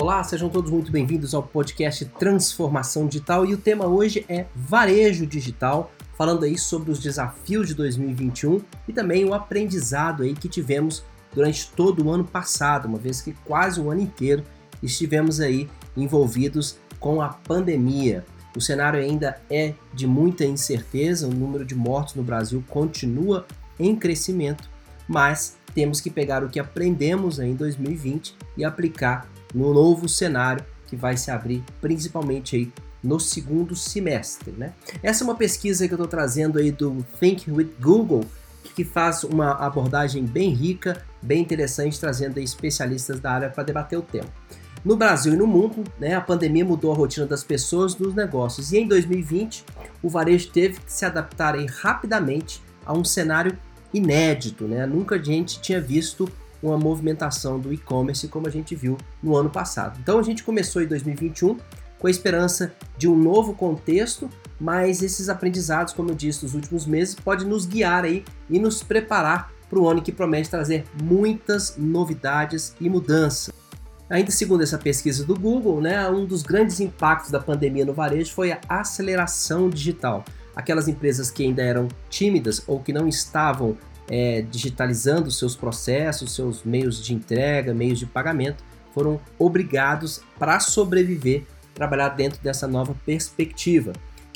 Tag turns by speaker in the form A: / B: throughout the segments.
A: Olá, sejam todos muito bem-vindos ao podcast Transformação Digital e o tema hoje é Varejo Digital, falando aí sobre os desafios de 2021 e também o aprendizado aí que tivemos durante todo o ano passado, uma vez que quase o ano inteiro estivemos aí envolvidos com a pandemia. O cenário ainda é de muita incerteza, o número de mortos no Brasil continua em crescimento, mas temos que pegar o que aprendemos aí em 2020 e aplicar no novo cenário que vai se abrir principalmente aí no segundo semestre, né? Essa é uma pesquisa que eu estou trazendo aí do Think with Google, que faz uma abordagem bem rica, bem interessante, trazendo aí especialistas da área para debater o tema. No Brasil e no mundo, né, a pandemia mudou a rotina das pessoas nos negócios e em 2020 o varejo teve que se adaptar aí rapidamente a um cenário inédito, né? Nunca a gente tinha visto uma movimentação do e-commerce como a gente viu no ano passado. Então a gente começou em 2021 com a esperança de um novo contexto, mas esses aprendizados, como eu disse, nos últimos meses, podem nos guiar aí e nos preparar para o ano que promete trazer muitas novidades e mudanças. Ainda segundo essa pesquisa do Google, né, um dos grandes impactos da pandemia no varejo foi a aceleração digital. Aquelas empresas que ainda eram tímidas ou que não estavam digitalizando seus processos, seus meios de entrega, meios de pagamento, foram obrigados para sobreviver, trabalhar dentro dessa nova perspectiva.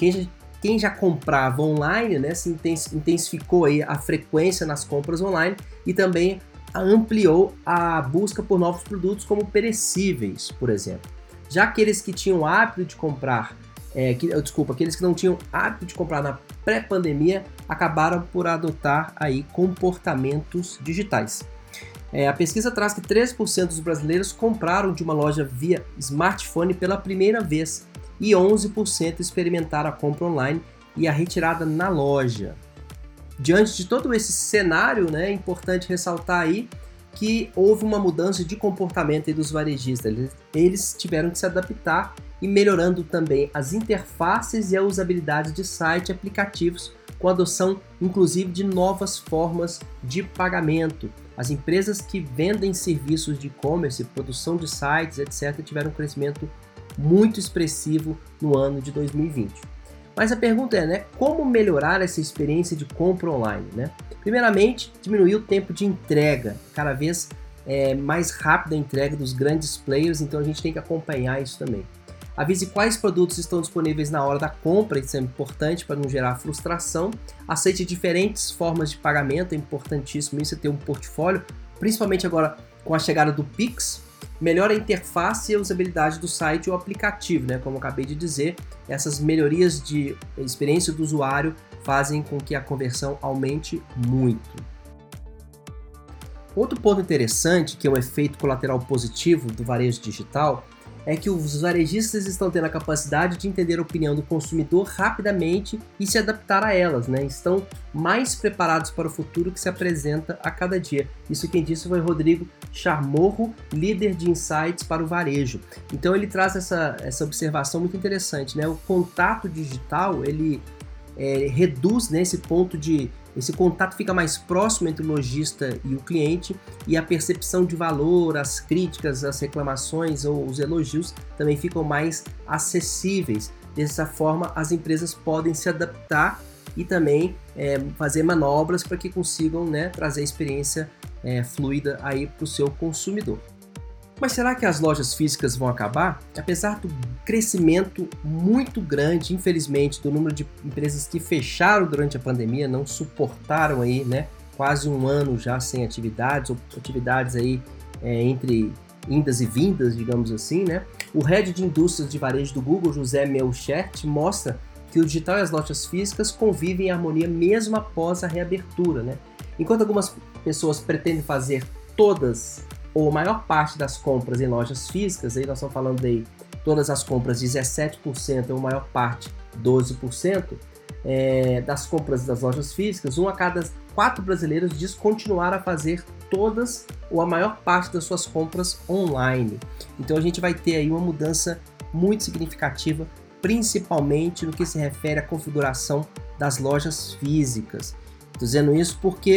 A: Quem já comprava online, né, se intensificou aí a frequência nas compras online e também ampliou a busca por novos produtos como perecíveis, por exemplo. Já aqueles que tinham hábito de comprar aqueles que não tinham hábito de comprar na pré-pandemia acabaram por adotar aí comportamentos digitais. A pesquisa traz que 3% dos brasileiros compraram de uma loja via smartphone pela primeira vez e 11% experimentaram a compra online e a retirada na loja. Diante de todo esse cenário, né, é importante ressaltar aí que houve uma mudança de comportamento aí dos varejistas. Eles tiveram que se adaptar e melhorando também as interfaces e a usabilidade de site e aplicativos, com a adoção inclusive de novas formas de pagamento. As empresas que vendem serviços de e-commerce, produção de sites, etc., tiveram um crescimento muito expressivo no ano de 2020. Mas a pergunta é, né, como melhorar essa experiência de compra online, né? Primeiramente, diminuir o tempo de entrega, cada vez mais rápida a entrega dos grandes players, então a gente tem que acompanhar isso também. Avise quais produtos estão disponíveis na hora da compra, isso é importante para não gerar frustração. Aceite diferentes formas de pagamento, é importantíssimo isso, ter um portfólio, principalmente agora com a chegada do Pix. Melhora a interface e a usabilidade do site ou aplicativo, né? Como eu acabei de dizer, essas melhorias de experiência do usuário fazem com que a conversão aumente muito. Outro ponto interessante, que é um efeito colateral positivo do varejo digital, é que os varejistas estão tendo a capacidade de entender a opinião do consumidor rapidamente e se adaptar a elas, né? Estão mais preparados para o futuro que se apresenta a cada dia. Isso quem disse foi Rodrigo Charmorro, líder de insights para o varejo. Então ele traz essa observação muito interessante, né? O contato digital, ele reduz, né, esse contato fica mais próximo entre o lojista e o cliente e a percepção de valor, as críticas, as reclamações ou os elogios também ficam mais acessíveis. Dessa forma, as empresas podem se adaptar e também fazer manobras para que consigam, né, trazer experiência fluida aí para o seu consumidor. Mas será que as lojas físicas vão acabar? Apesar do crescimento muito grande, infelizmente, do número de empresas que fecharam durante a pandemia, não suportaram aí, né, quase um ano já sem atividades, ou atividades aí entre indas e vindas, digamos assim, né? O head de indústrias de varejo do Google, José Melchert, mostra que o digital e as lojas físicas convivem em harmonia mesmo após a reabertura, né? Enquanto algumas pessoas pretendem fazer todas ou a maior parte das compras em lojas físicas, aí nós estamos falando aí todas as compras 17% ou a maior parte 12%, das compras das lojas físicas, 1 a cada 4 brasileiros diz continuar a fazer todas ou a maior parte das suas compras online. Então a gente vai ter aí uma mudança muito significativa, principalmente no que se refere à configuração das lojas físicas. Estou dizendo isso porque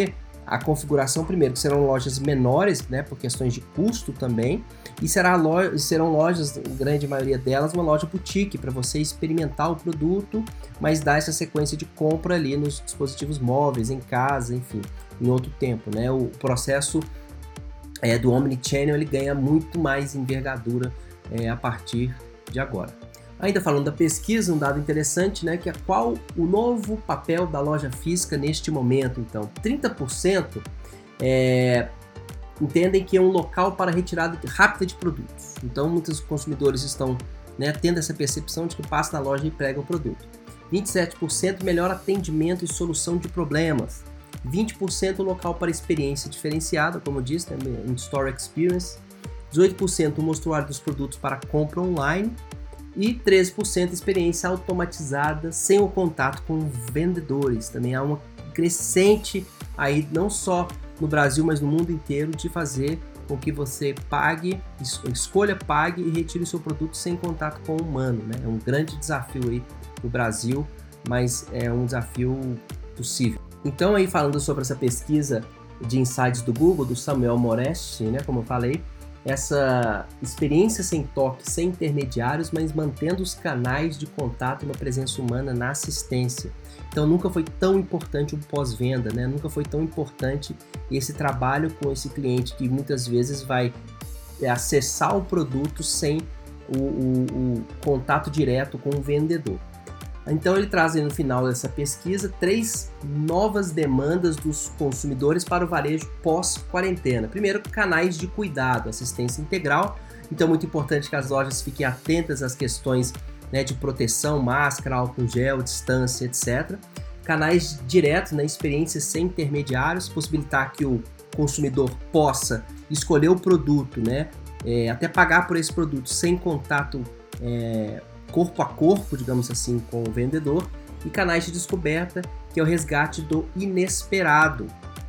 A: a configuração, primeiro, que serão lojas menores, né, por questões de custo também, e serão lojas, a grande maioria delas, uma loja boutique, para você experimentar o produto, mas dar essa sequência de compra ali nos dispositivos móveis, em casa, enfim, em outro tempo, né? O processo do Omnichannel, ele ganha muito mais envergadura a partir de agora. Ainda falando da pesquisa, um dado interessante, né, que é qual o novo papel da loja física neste momento. Então, 30% entendem que é um local para retirada rápida de produtos. Então, muitos consumidores estão, né, tendo essa percepção de que passa na loja e pega o produto. 27% melhor atendimento e solução de problemas. 20% local para experiência diferenciada, como eu disse, né, in-store experience. 18% mostruário dos produtos para compra online. E 13% experiência automatizada sem o contato com vendedores. Também há uma crescente aí, não só no Brasil, mas no mundo inteiro, de fazer com que você pague, escolha, pague e retire o seu produto sem contato com o humano, né? É um grande desafio aí no Brasil, mas é um desafio possível. Então, aí falando sobre essa pesquisa de insights do Google, do Samuel Moresti, né, como eu falei, essa experiência sem toque, sem intermediários, mas mantendo os canais de contato e uma presença humana na assistência. Então nunca foi tão importante o pós-venda, né? Nunca foi tão importante esse trabalho com esse cliente que muitas vezes vai acessar o produto sem o contato direto com o vendedor. Então ele traz aí no final dessa pesquisa 3 novas demandas dos consumidores para o varejo pós-quarentena. Primeiro, canais de cuidado, assistência integral. Então muito importante que as lojas fiquem atentas às questões, né, de proteção, máscara, álcool gel, distância, etc. Canais diretos, né, experiências sem intermediários, possibilitar que o consumidor possa escolher o produto, né, até pagar por esse produto sem contato corpo a corpo, digamos assim, com o vendedor. E canais de descoberta, que é o resgate do inesperado.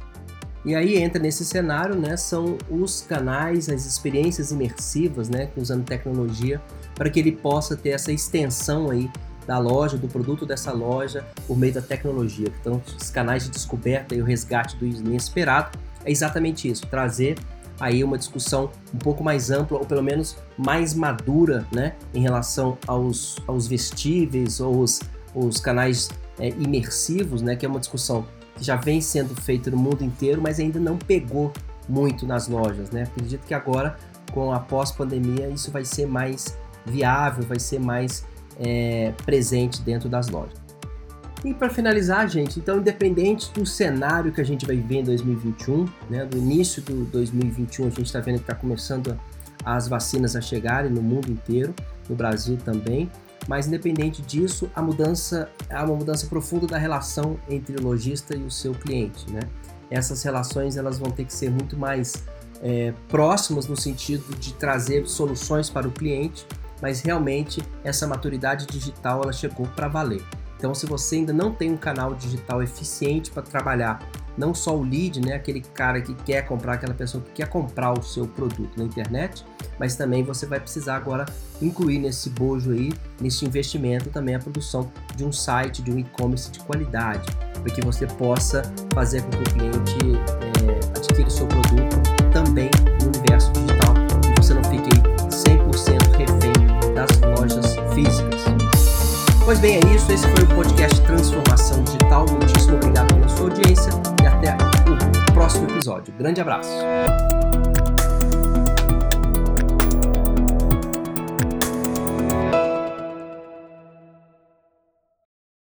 A: E aí entra nesse cenário, né, são os canais, as experiências imersivas, né, usando tecnologia, para que ele possa ter essa extensão aí da loja, do produto dessa loja, por meio da tecnologia. Então, os canais de descoberta e o resgate do inesperado é exatamente isso, trazer aí uma discussão um pouco mais ampla, ou pelo menos mais madura, né, em relação aos vestíveis ou os canais imersivos, né, que é uma discussão que já vem sendo feita no mundo inteiro, mas ainda não pegou muito nas lojas, né? Acredito que agora, com a pós-pandemia, isso vai ser mais viável, vai ser mais presente dentro das lojas. E para finalizar, gente, então, independente do cenário que a gente vai viver em 2021, né, do início do 2021, a gente está vendo que está começando as vacinas a chegarem no mundo inteiro, no Brasil também, mas independente disso, há uma mudança profunda da relação entre o lojista e o seu cliente, né? Essas relações elas vão ter que ser muito mais próximas no sentido de trazer soluções para o cliente, mas realmente essa maturidade digital ela chegou para valer. Então, se você ainda não tem um canal digital eficiente para trabalhar não só o lead, né, aquele cara que quer comprar, aquela pessoa que quer comprar o seu produto na internet, mas também você vai precisar agora incluir nesse bojo aí, nesse investimento também a produção de um site, de um e-commerce de qualidade, para que você possa fazer com que o cliente adquira o seu produto também no universo digital e você não fique aí 100% refém das lojas físicas. Pois bem, é isso. Esse foi o podcast Transformação Digital. Muitíssimo obrigado pela sua audiência e até o próximo episódio. Grande abraço!